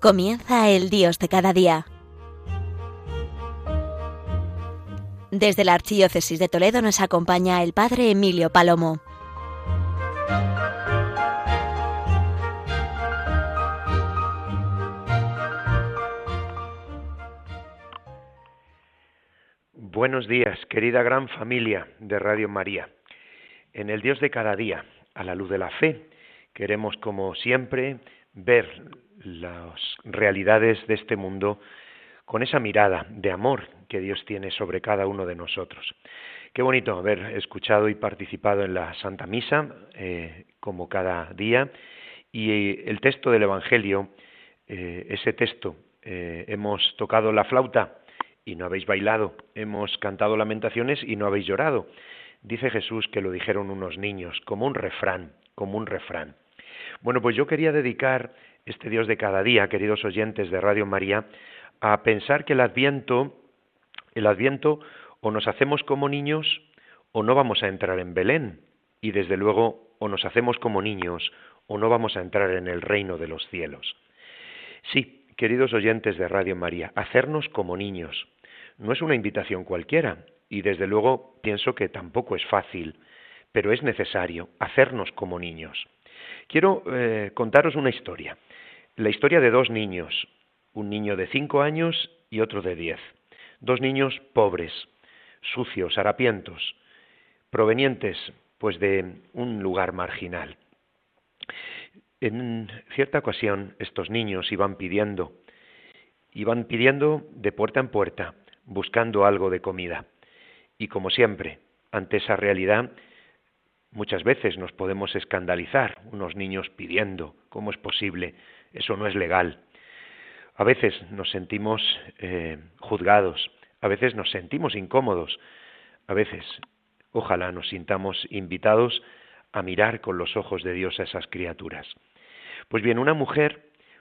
Comienza el Dios de cada día. Desde la Archidiócesis de Toledo nos acompaña el Padre Emilio Palomo. Buenos días, querida gran familia de Radio María. En el Dios de cada día, a la luz de la fe, queremos, como siempre, ver las realidades de este mundo con esa mirada de amor que Dios tiene sobre cada uno de nosotros. Qué bonito haber escuchado y participado en la Santa Misa, como cada día, y el texto del Evangelio, ese texto, hemos tocado la flauta y no habéis bailado, hemos cantado lamentaciones y no habéis llorado. Dice Jesús que lo dijeron unos niños, como un refrán, como un refrán. Bueno, pues yo quería dedicar este Dios de cada día, queridos oyentes de Radio María, a pensar que el Adviento o nos hacemos como niños o no vamos a entrar en Belén, y desde luego o nos hacemos como niños o no vamos a entrar en el reino de los cielos. Sí, queridos oyentes de Radio María, hacernos como niños no es una invitación cualquiera, y desde luego pienso que tampoco es fácil, pero es necesario hacernos como niños. Quiero contaros una historia, la historia de dos niños, un niño de 5 años y otro de 10. Dos niños pobres, sucios, harapientos, provenientes pues de un lugar marginal. En cierta ocasión estos niños iban pidiendo de puerta en puerta, buscando algo de comida. Y como siempre, ante esa realidad, muchas veces nos podemos escandalizar, unos niños pidiendo, ¿cómo es posible? Eso no es legal. A veces nos sentimos juzgados, a veces nos sentimos incómodos, a veces, ojalá nos sintamos invitados a mirar con los ojos de Dios a esas criaturas. Pues bien, una mujer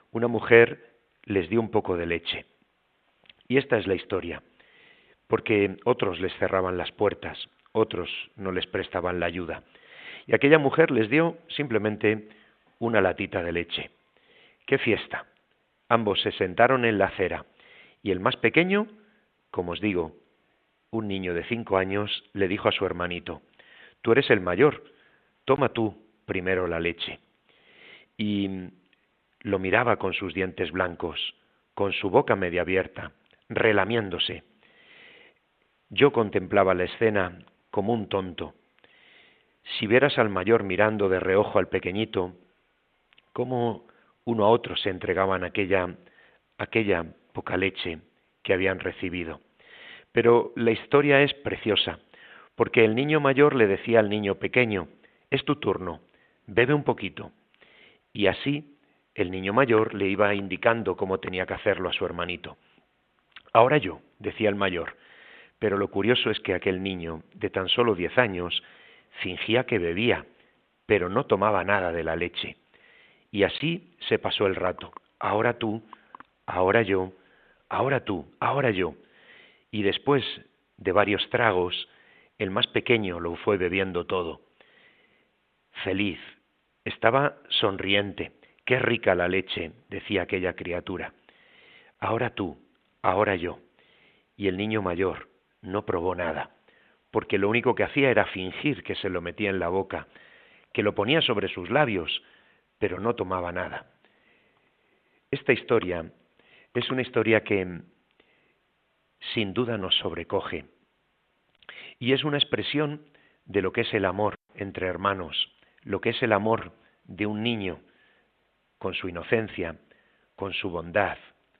les dio un poco de leche. Y esta es la historia, porque otros les cerraban las puertas, otros no les prestaban la ayuda. Y aquella mujer les dio simplemente una latita de leche. ¡Qué fiesta! Ambos se sentaron en la acera y el más pequeño, como os digo, un niño de 5 años, le dijo a su hermanito: «Tú eres el mayor, toma tú primero la leche». Y lo miraba con sus dientes blancos, con su boca media abierta, relamiéndose. Yo contemplaba la escena como un tonto. Si vieras al mayor mirando de reojo al pequeñito, cómo uno a otro se entregaban aquella poca leche que habían recibido. Pero la historia es preciosa, porque el niño mayor le decía al niño pequeño: «Es tu turno, bebe un poquito». Y así el niño mayor le iba indicando cómo tenía que hacerlo a su hermanito. «Ahora yo», decía el mayor, pero lo curioso es que aquel niño, de tan solo 10 años, fingía que bebía, pero no tomaba nada de la leche. Y así se pasó el rato. Ahora tú, ahora yo, ahora tú, ahora yo. Y después de varios tragos, el más pequeño lo fue bebiendo todo. Feliz, estaba sonriente. «Qué rica la leche», decía aquella criatura. «Ahora tú, ahora yo». Y el niño mayor no probó nada, porque lo único que hacía era fingir que se lo metía en la boca, que lo ponía sobre sus labios, pero no tomaba nada. Esta historia es una historia que sin duda nos sobrecoge, y es una expresión de lo que es el amor entre hermanos, lo que es el amor de un niño con su inocencia, con su bondad.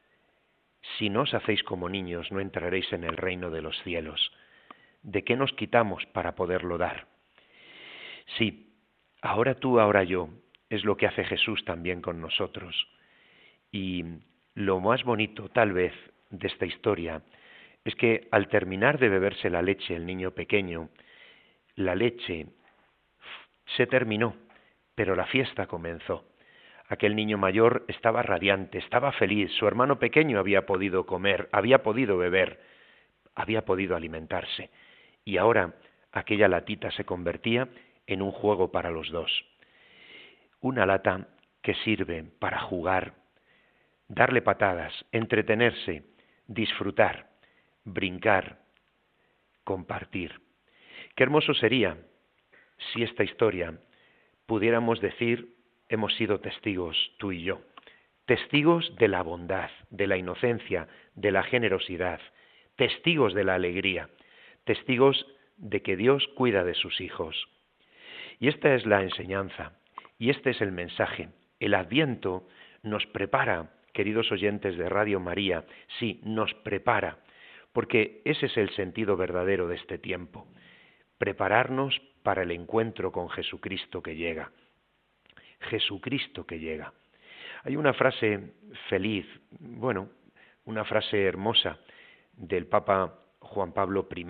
Si no os hacéis como niños, no entraréis en el reino de los cielos. ¿De qué nos quitamos para poderlo dar? Sí, ahora tú, ahora yo, es lo que hace Jesús también con nosotros. Y lo más bonito, tal vez, de esta historia es que al terminar de beberse la leche el niño pequeño, la leche se terminó, pero la fiesta comenzó. Aquel niño mayor estaba radiante, estaba feliz, su hermano pequeño había podido comer, había podido beber, había podido alimentarse, y ahora aquella latita se convertía en un juego para los dos. Una lata que sirve para jugar darle patadas, entretenerse, disfrutar, brincar, compartir. Qué hermoso sería si esta historia pudiéramos decir, hemos sido testigos tú y yo, testigos de la bondad, de la inocencia, de la generosidad, testigos de la alegría, testigos de que Dios cuida de sus hijos. Y esta es la enseñanza, y este es el mensaje. El Adviento nos prepara, queridos oyentes de Radio María, sí, nos prepara, porque ese es el sentido verdadero de este tiempo, prepararnos para el encuentro con Jesucristo que llega. Jesucristo que llega. Hay una frase feliz, una frase hermosa del Papa Juan Pablo I,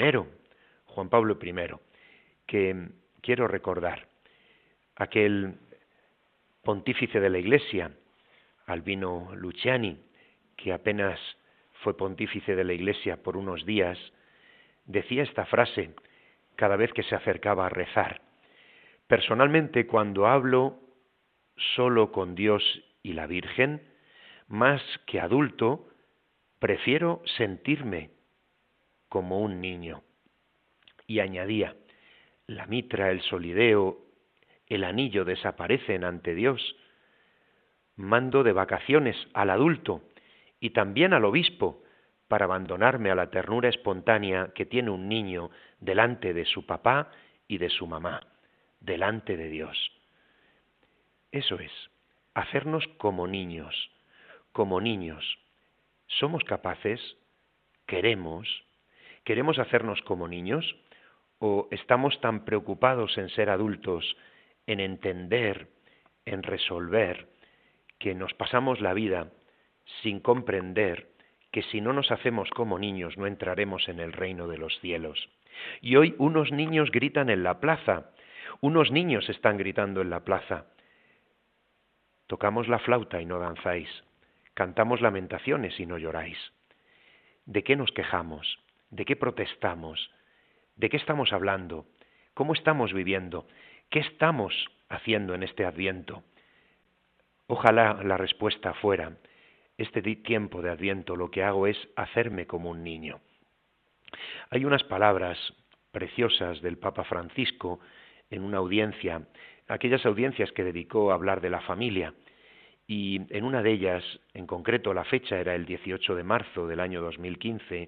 que quiero recordar. Aquel pontífice de la Iglesia, Albino Luciani, que apenas fue pontífice de la Iglesia por unos días, decía esta frase cada vez que se acercaba a rezar. Personalmente, cuando hablo solo con Dios y la Virgen, más que adulto, prefiero sentirme como un niño. Y añadía, la mitra, el solideo, el anillo desaparecen ante Dios. Mando de vacaciones al adulto y también al obispo para abandonarme a la ternura espontánea que tiene un niño delante de su papá y de su mamá, delante de Dios. Eso es, hacernos como niños, como niños. ¿Somos capaces? ¿Queremos hacernos como niños? ¿O estamos tan preocupados en ser adultos, en entender, en resolver, que nos pasamos la vida sin comprender que si no nos hacemos como niños no entraremos en el reino de los cielos? Y hoy unos niños gritan en la plaza, unos niños están gritando en la plaza. Tocamos la flauta y no danzáis, cantamos lamentaciones y no lloráis. ¿De qué nos quejamos? ¿De qué protestamos? ¿De qué estamos hablando? ¿Cómo estamos viviendo? ¿Qué estamos haciendo en este Adviento? Ojalá la respuesta fuera, este tiempo de Adviento lo que hago es hacerme como un niño. Hay unas palabras preciosas del Papa Francisco en una audiencia, aquellas audiencias que dedicó a hablar de la familia, y en una de ellas, en concreto la fecha era el 18 de marzo del año 2015,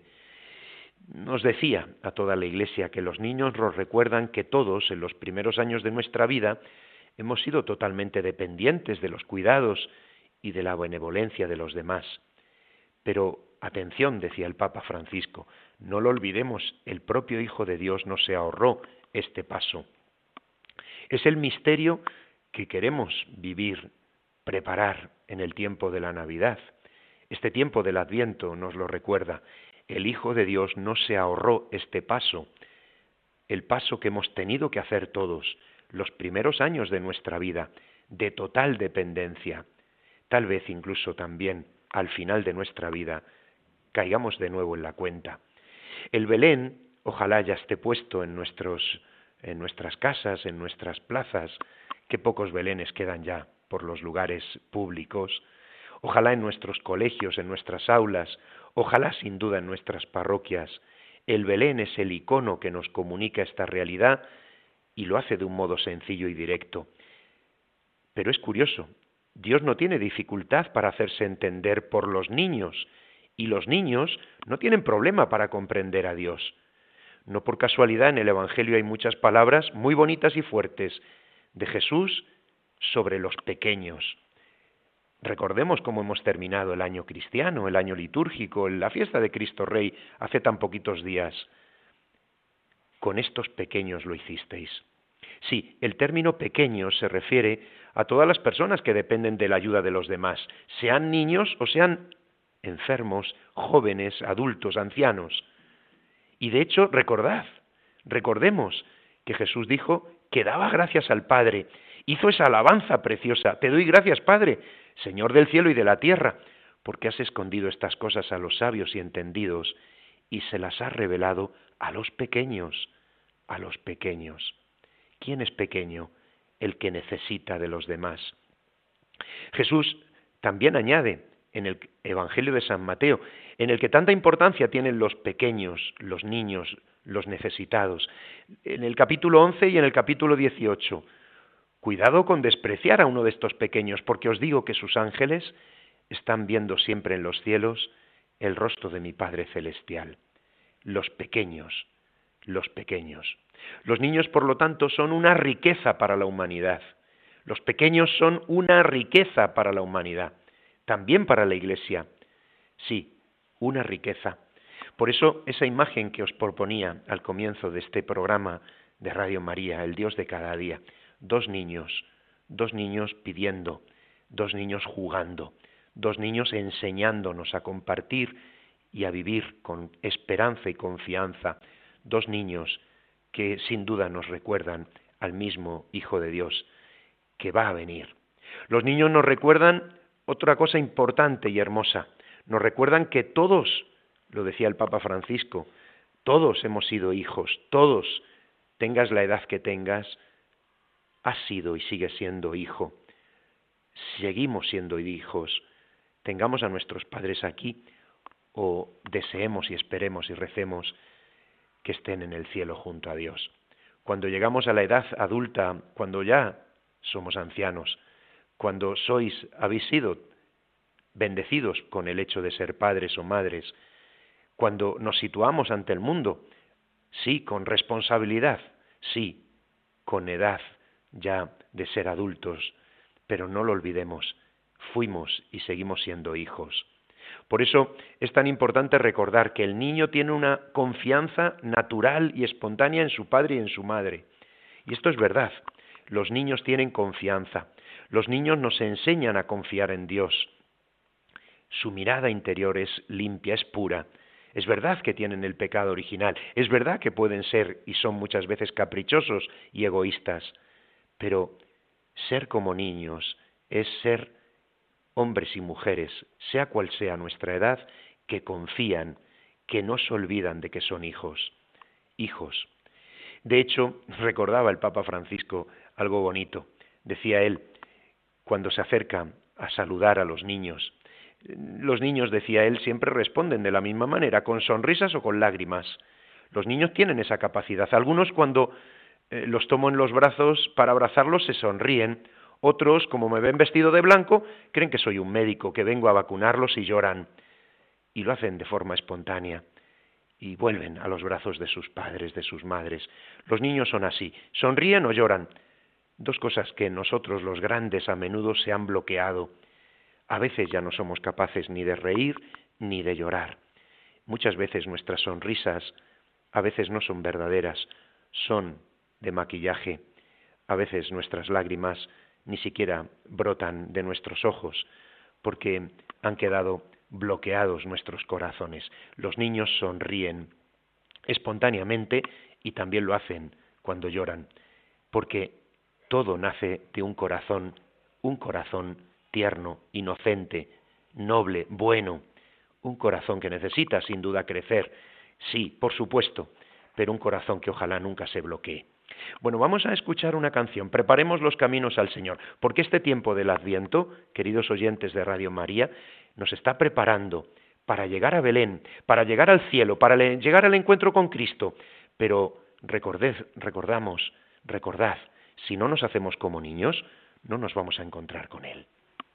nos decía a toda la Iglesia que los niños nos recuerdan que todos, en los primeros años de nuestra vida, hemos sido totalmente dependientes de los cuidados y de la benevolencia de los demás. Pero, atención, decía el Papa Francisco, no lo olvidemos, el propio Hijo de Dios no se ahorró este paso. Es el misterio que queremos vivir, preparar en el tiempo de la Navidad. Este tiempo del Adviento nos lo recuerda. El Hijo de Dios no se ahorró este paso, el paso que hemos tenido que hacer todos, los primeros años de nuestra vida, de total dependencia. Tal vez incluso también al final de nuestra vida caigamos de nuevo en la cuenta. El Belén, ojalá ya esté puesto en nuestras casas, en nuestras plazas, qué pocos Belenes quedan ya por los lugares públicos, ojalá en nuestros colegios, en nuestras aulas, ojalá sin duda en nuestras parroquias. El Belén es el icono que nos comunica esta realidad y lo hace de un modo sencillo y directo. Pero es curioso, Dios no tiene dificultad para hacerse entender por los niños, y los niños no tienen problema para comprender a Dios. No por casualidad en el Evangelio hay muchas palabras muy bonitas y fuertes de Jesús sobre los pequeños. Recordemos cómo hemos terminado el año cristiano, el año litúrgico, la fiesta de Cristo Rey hace tan poquitos días. Con estos pequeños lo hicisteis. Sí, el término pequeño se refiere a todas las personas que dependen de la ayuda de los demás, sean niños o sean enfermos, jóvenes, adultos, ancianos. Y de hecho, recordemos que Jesús dijo que daba gracias al Padre, hizo esa alabanza preciosa, te doy gracias, Padre, Señor del cielo y de la tierra, porque has escondido estas cosas a los sabios y entendidos y se las has revelado a los pequeños, a los pequeños. ¿Quién es pequeño? El que necesita de los demás. Jesús también añade en el Evangelio de San Mateo, en el que tanta importancia tienen los pequeños, los niños, los necesitados. En el capítulo 11 y en el capítulo 18. Cuidado con despreciar a uno de estos pequeños, porque os digo que sus ángeles están viendo siempre en los cielos el rostro de mi Padre Celestial. Los pequeños, los pequeños. Los niños, por lo tanto, son una riqueza para la humanidad. Los pequeños son una riqueza para la humanidad, también para la Iglesia. Sí, una riqueza. Por eso, esa imagen que os proponía al comienzo de este programa de Radio María, el Dios de cada día, dos niños pidiendo, dos niños jugando, dos niños enseñándonos a compartir y a vivir con esperanza y confianza, dos niños que sin duda nos recuerdan al mismo Hijo de Dios que va a venir. Los niños nos recuerdan otra cosa importante y hermosa, nos recuerdan que todos, lo decía el Papa Francisco, todos hemos sido hijos, todos, tengas la edad que tengas, has sido y sigues siendo hijo. Seguimos siendo hijos, tengamos a nuestros padres aquí o deseemos y esperemos y recemos que estén en el cielo junto a Dios. Cuando llegamos a la edad adulta, cuando ya somos ancianos, cuando habéis sido bendecidos con el hecho de ser padres o madres, cuando nos situamos ante el mundo, sí, con responsabilidad, sí, con edad ya de ser adultos, pero no lo olvidemos, fuimos y seguimos siendo hijos. Por eso es tan importante recordar que el niño tiene una confianza natural y espontánea en su padre y en su madre. Y esto es verdad, los niños tienen confianza, los niños nos enseñan a confiar en Dios. Su mirada interior es limpia, es pura. Es verdad que tienen el pecado original, es verdad que pueden ser y son muchas veces caprichosos y egoístas, pero ser como niños es ser hombres y mujeres, sea cual sea nuestra edad, que confían, que no se olvidan de que son hijos. Hijos. De hecho, recordaba el Papa Francisco algo bonito. Decía él, cuando se acerca a saludar a los niños, decía él, siempre responden de la misma manera, con sonrisas o con lágrimas. Los niños tienen esa capacidad. Algunos cuando los tomo en los brazos para abrazarlos se sonríen. Otros, como me ven vestido de blanco, creen que soy un médico, que vengo a vacunarlos y lloran. Y lo hacen de forma espontánea. Y vuelven a los brazos de sus padres, de sus madres. Los niños son así, sonríen o lloran. Dos cosas que nosotros los grandes a menudo se han bloqueado. A veces ya no somos capaces ni de reír ni de llorar. Muchas veces nuestras sonrisas a veces no son verdaderas, son de maquillaje. A veces nuestras lágrimas ni siquiera brotan de nuestros ojos, porque han quedado bloqueados nuestros corazones. Los niños sonríen espontáneamente y también lo hacen cuando lloran, porque todo nace de un corazón tierno, inocente, noble, bueno, un corazón que necesita sin duda crecer, sí, por supuesto, pero un corazón que ojalá nunca se bloquee. Bueno, vamos a escuchar una canción, preparemos los caminos al Señor, porque este tiempo del Adviento, queridos oyentes de Radio María, nos está preparando para llegar a Belén, para llegar al cielo, para llegar al encuentro con Cristo, pero recordad, si no nos hacemos como niños, no nos vamos a encontrar con Él.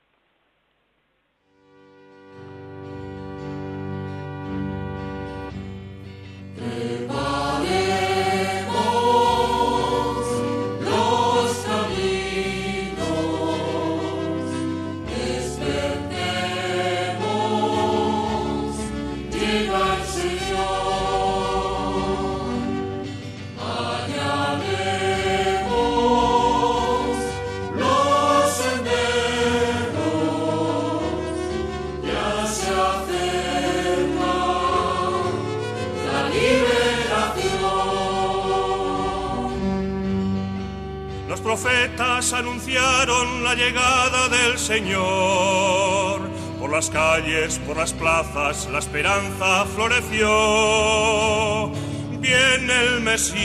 Los profetas anunciaron la llegada del Señor. Por las calles, por las plazas, la esperanza floreció. Viene el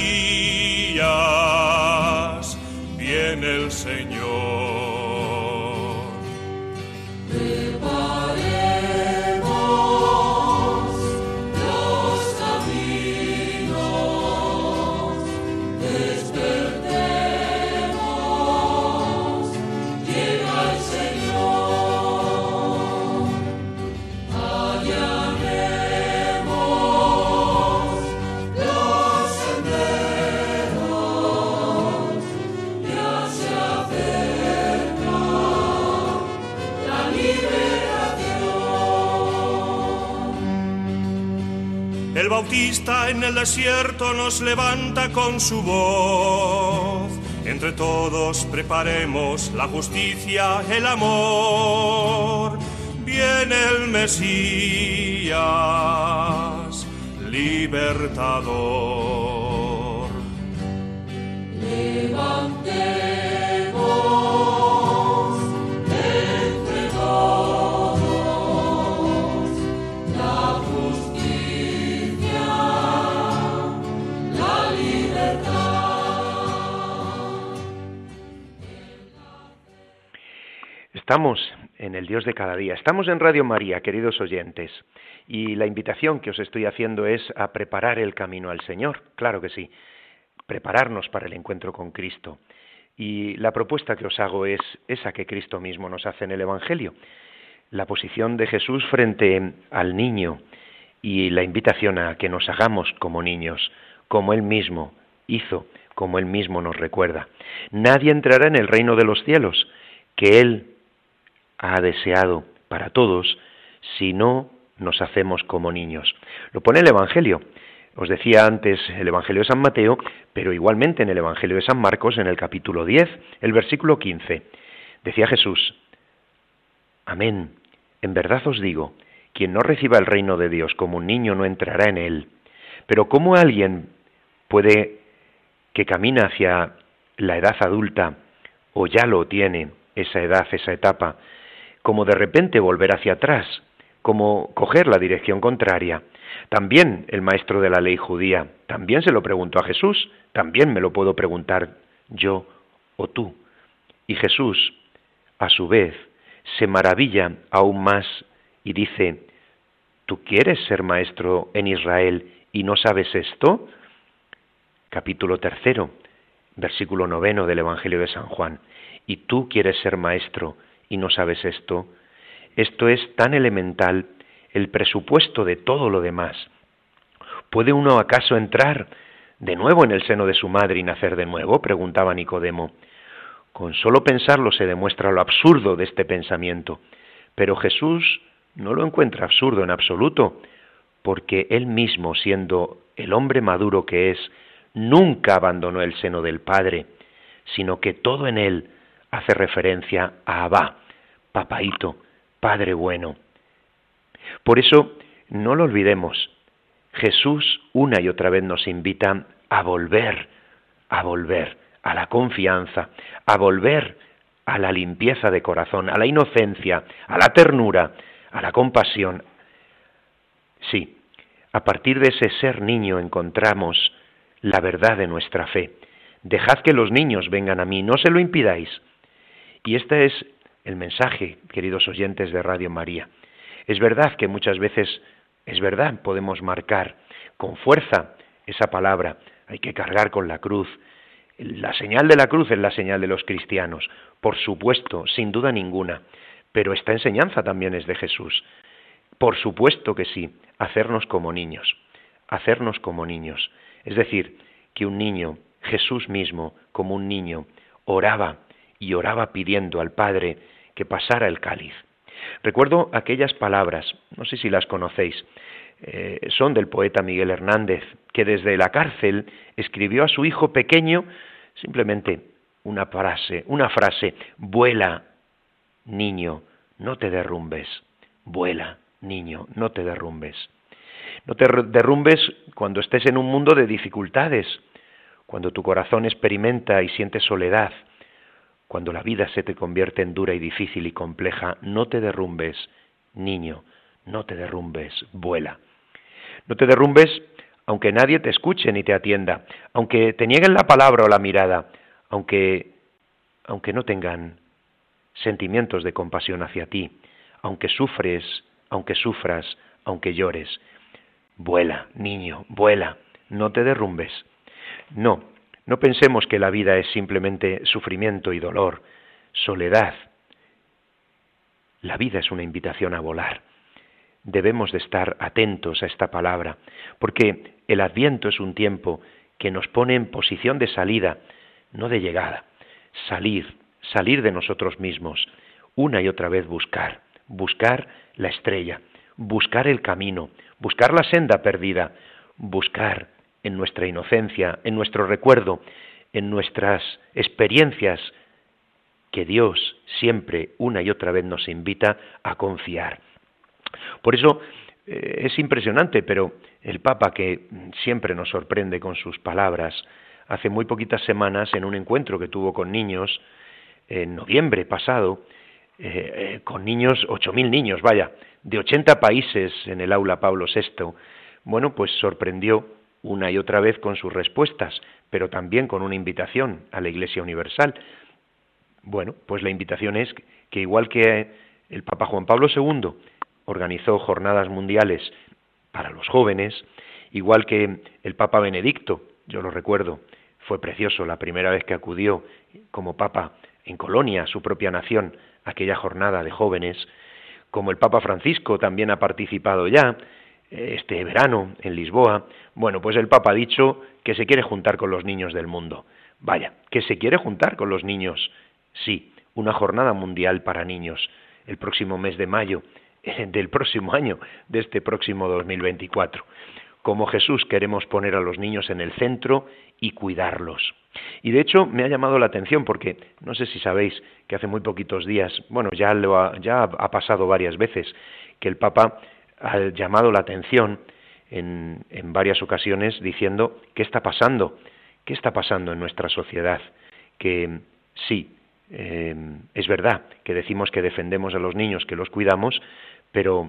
Mesías, viene el Señor. Prepare Bautista en el desierto nos levanta con su voz. Entre todos preparemos la justicia, el amor. Viene el Mesías, libertador. Levantemos entre todos la justicia, la libertad. Estamos en el Dios de cada día. Estamos en Radio María, queridos oyentes, y la invitación que os estoy haciendo es a preparar el camino al Señor. Claro que sí, prepararnos para el encuentro con Cristo. Y la propuesta que os hago es esa que Cristo mismo nos hace en el Evangelio, la posición de Jesús frente al niño y la invitación a que nos hagamos como niños, como Él mismo hizo, como Él mismo nos recuerda. Nadie entrará en el reino de los cielos, que Él ha deseado para todos, si no nos hacemos como niños. Lo pone el Evangelio. Os decía antes el Evangelio de San Mateo, pero igualmente en el Evangelio de San Marcos, en el capítulo 10, el versículo 15. Decía Jesús: Amén, en verdad os digo, quien no reciba el reino de Dios como un niño no entrará en él. Pero ¿cómo alguien puede, que camina hacia la edad adulta, o ya lo tiene, esa edad, esa etapa, como de repente volver hacia atrás, como coger la dirección contraria? También el maestro de la ley judía, también se lo preguntó a Jesús, también me lo puedo preguntar yo o tú. Y Jesús, a su vez, se maravilla aún más y dice: ¿tú quieres ser maestro en Israel y no sabes esto? Capítulo 3, versículo 9 del Evangelio de San Juan. ¿Y tú quieres ser maestro y no sabes esto? Esto es tan elemental, el presupuesto de todo lo demás. ¿Puede uno acaso entrar de nuevo en el seno de su madre y nacer de nuevo?, preguntaba Nicodemo. Con solo pensarlo se demuestra lo absurdo de este pensamiento, pero Jesús no lo encuentra absurdo en absoluto, porque Él mismo, siendo el hombre maduro que es, nunca abandonó el seno del Padre, sino que todo en Él hace referencia a Abba, papaíto, Padre bueno. Por eso, no lo olvidemos, Jesús una y otra vez nos invita a volver a la confianza, a volver a la limpieza de corazón, a la inocencia, a la ternura, a la compasión. Sí, a partir de ese ser niño encontramos la verdad de nuestra fe. Dejad que los niños vengan a mí, no se lo impidáis. Y este es el mensaje, queridos oyentes de Radio María. Es verdad que muchas veces, podemos marcar con fuerza esa palabra. Hay que cargar con la cruz. La señal de la cruz es la señal de los cristianos, por supuesto, sin duda ninguna. Pero esta enseñanza también es de Jesús. Por supuesto que sí, hacernos como niños. Es decir, que un niño, Jesús mismo, como un niño, oraba pidiendo al Padre que pasara el cáliz. Recuerdo aquellas palabras, no sé si las conocéis, son del poeta Miguel Hernández, que desde la cárcel escribió a su hijo pequeño simplemente una frase: vuela, niño, no te derrumbes. Vuela, niño, no te derrumbes. No te derrumbes cuando estés en un mundo de dificultades, cuando tu corazón experimenta y siente soledad, cuando la vida se te convierte en dura y difícil y compleja. No te derrumbes, niño, no te derrumbes, vuela. No te derrumbes aunque nadie te escuche ni te atienda, aunque te nieguen la palabra o la mirada, aunque no tengan sentimientos de compasión hacia ti, aunque sufras, aunque llores. Vuela, niño, vuela, no te derrumbes. No pensemos que la vida es simplemente sufrimiento y dolor, soledad. La vida es una invitación a volar. Debemos de estar atentos a esta palabra, porque el Adviento es un tiempo que nos pone en posición de salida, no de llegada. Salir de nosotros mismos, una y otra vez buscar la estrella, buscar el camino, buscar la senda perdida, buscar en nuestra inocencia, en nuestro recuerdo, en nuestras experiencias, que Dios siempre, una y otra vez, nos invita a confiar. Por eso es impresionante, pero el Papa, que siempre nos sorprende con sus palabras, hace muy poquitas semanas, en un encuentro que tuvo con niños, en noviembre pasado, con niños, 8.000 niños, de 80 países en el aula Pablo VI, bueno, pues sorprendió una y otra vez con sus respuestas, pero también con una invitación a la Iglesia Universal. Bueno, pues la invitación es que igual que el Papa Juan Pablo II organizó jornadas mundiales para los jóvenes, igual que el Papa Benedicto, yo lo recuerdo, fue precioso la primera vez que acudió como Papa en Colonia, su propia nación, a aquella jornada de jóvenes, como el Papa Francisco también ha participado ya este verano en Lisboa. Bueno, pues el Papa ha dicho que se quiere juntar con los niños del mundo. Vaya, que se quiere juntar con los niños. Sí, una jornada mundial para niños el próximo mes de mayo del próximo año, de este próximo 2024. Como Jesús queremos poner a los niños en el centro y cuidarlos. Y de hecho me ha llamado la atención porque no sé si sabéis que hace muy poquitos días, bueno, ya ha pasado varias veces, que el Papa ha llamado la atención en varias ocasiones diciendo ¿qué está pasando? ¿Qué está pasando en nuestra sociedad? Que sí, es verdad que decimos que defendemos a los niños, que los cuidamos, pero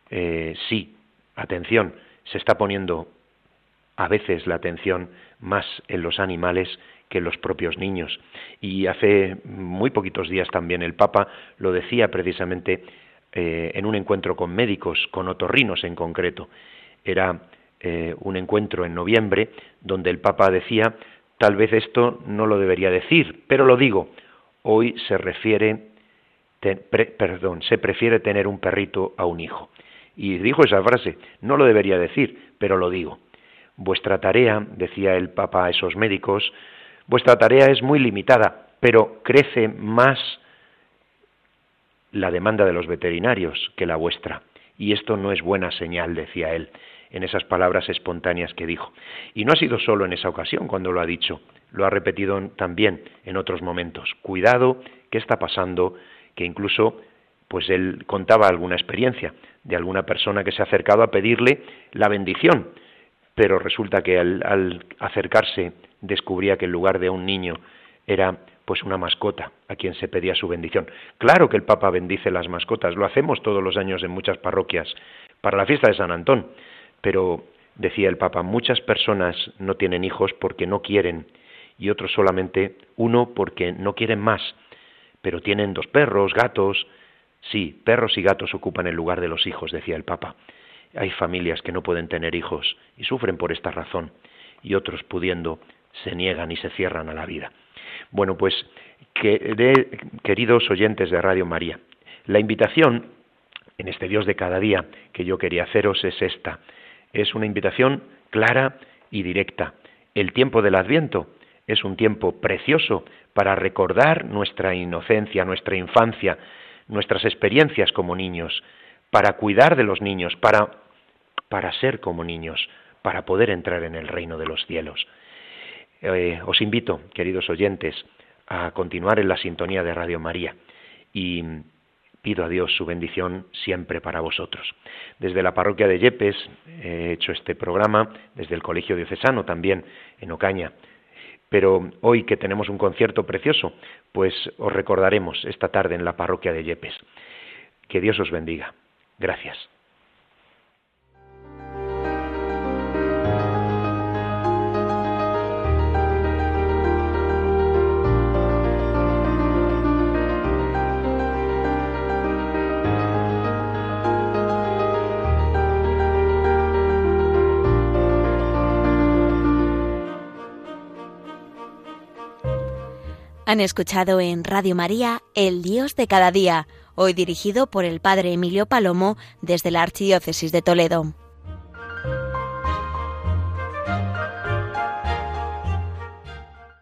sí, atención, se está poniendo a veces la atención más en los animales que en los propios niños. Y hace muy poquitos días también el Papa lo decía precisamente en un encuentro con médicos, con otorrinos en concreto. Era un encuentro en noviembre donde el Papa decía, tal vez esto no lo debería decir, pero lo digo, hoy se prefiere tener un perrito a un hijo. Y dijo esa frase, no lo debería decir, pero lo digo. Vuestra tarea, decía el Papa a esos médicos, vuestra tarea es muy limitada, pero crece más la demanda de los veterinarios que la vuestra. Y esto no es buena señal, decía él, en esas palabras espontáneas que dijo. Y no ha sido solo en esa ocasión cuando lo ha dicho, lo ha repetido también en otros momentos. Cuidado, ¿qué está pasando? Que incluso pues él contaba alguna experiencia de alguna persona que se ha acercado a pedirle la bendición, pero resulta que al acercarse descubría que en lugar de un niño era pues una mascota a quien se pedía su bendición. Claro que el Papa bendice las mascotas, lo hacemos todos los años en muchas parroquias para la fiesta de San Antón, pero decía el Papa, muchas personas no tienen hijos porque no quieren y otros solamente uno porque no quieren más, pero tienen 2 perros, gatos. Sí, perros y gatos ocupan el lugar de los hijos, decía el Papa. Hay familias que no pueden tener hijos y sufren por esta razón, y otros pudiendo se niegan y se cierran a la vida. Bueno, pues, queridos oyentes de Radio María, la invitación en este Dios de cada día que yo quería haceros es esta. Es una invitación clara y directa. El tiempo del Adviento es un tiempo precioso para recordar nuestra inocencia, nuestra infancia, nuestras experiencias como niños, para cuidar de los niños, para ser como niños, para poder entrar en el reino de los cielos. Os invito, queridos oyentes, a continuar en la sintonía de Radio María y pido a Dios su bendición siempre para vosotros. Desde la parroquia de Yepes he hecho este programa, desde el Colegio Diocesano también en Ocaña. Pero hoy que tenemos un concierto precioso, pues os recordaremos esta tarde en la parroquia de Yepes. Que Dios os bendiga. Gracias. Han escuchado en Radio María El Dios de cada día, hoy dirigido por el Padre Emilio Palomo desde la Archidiócesis de Toledo.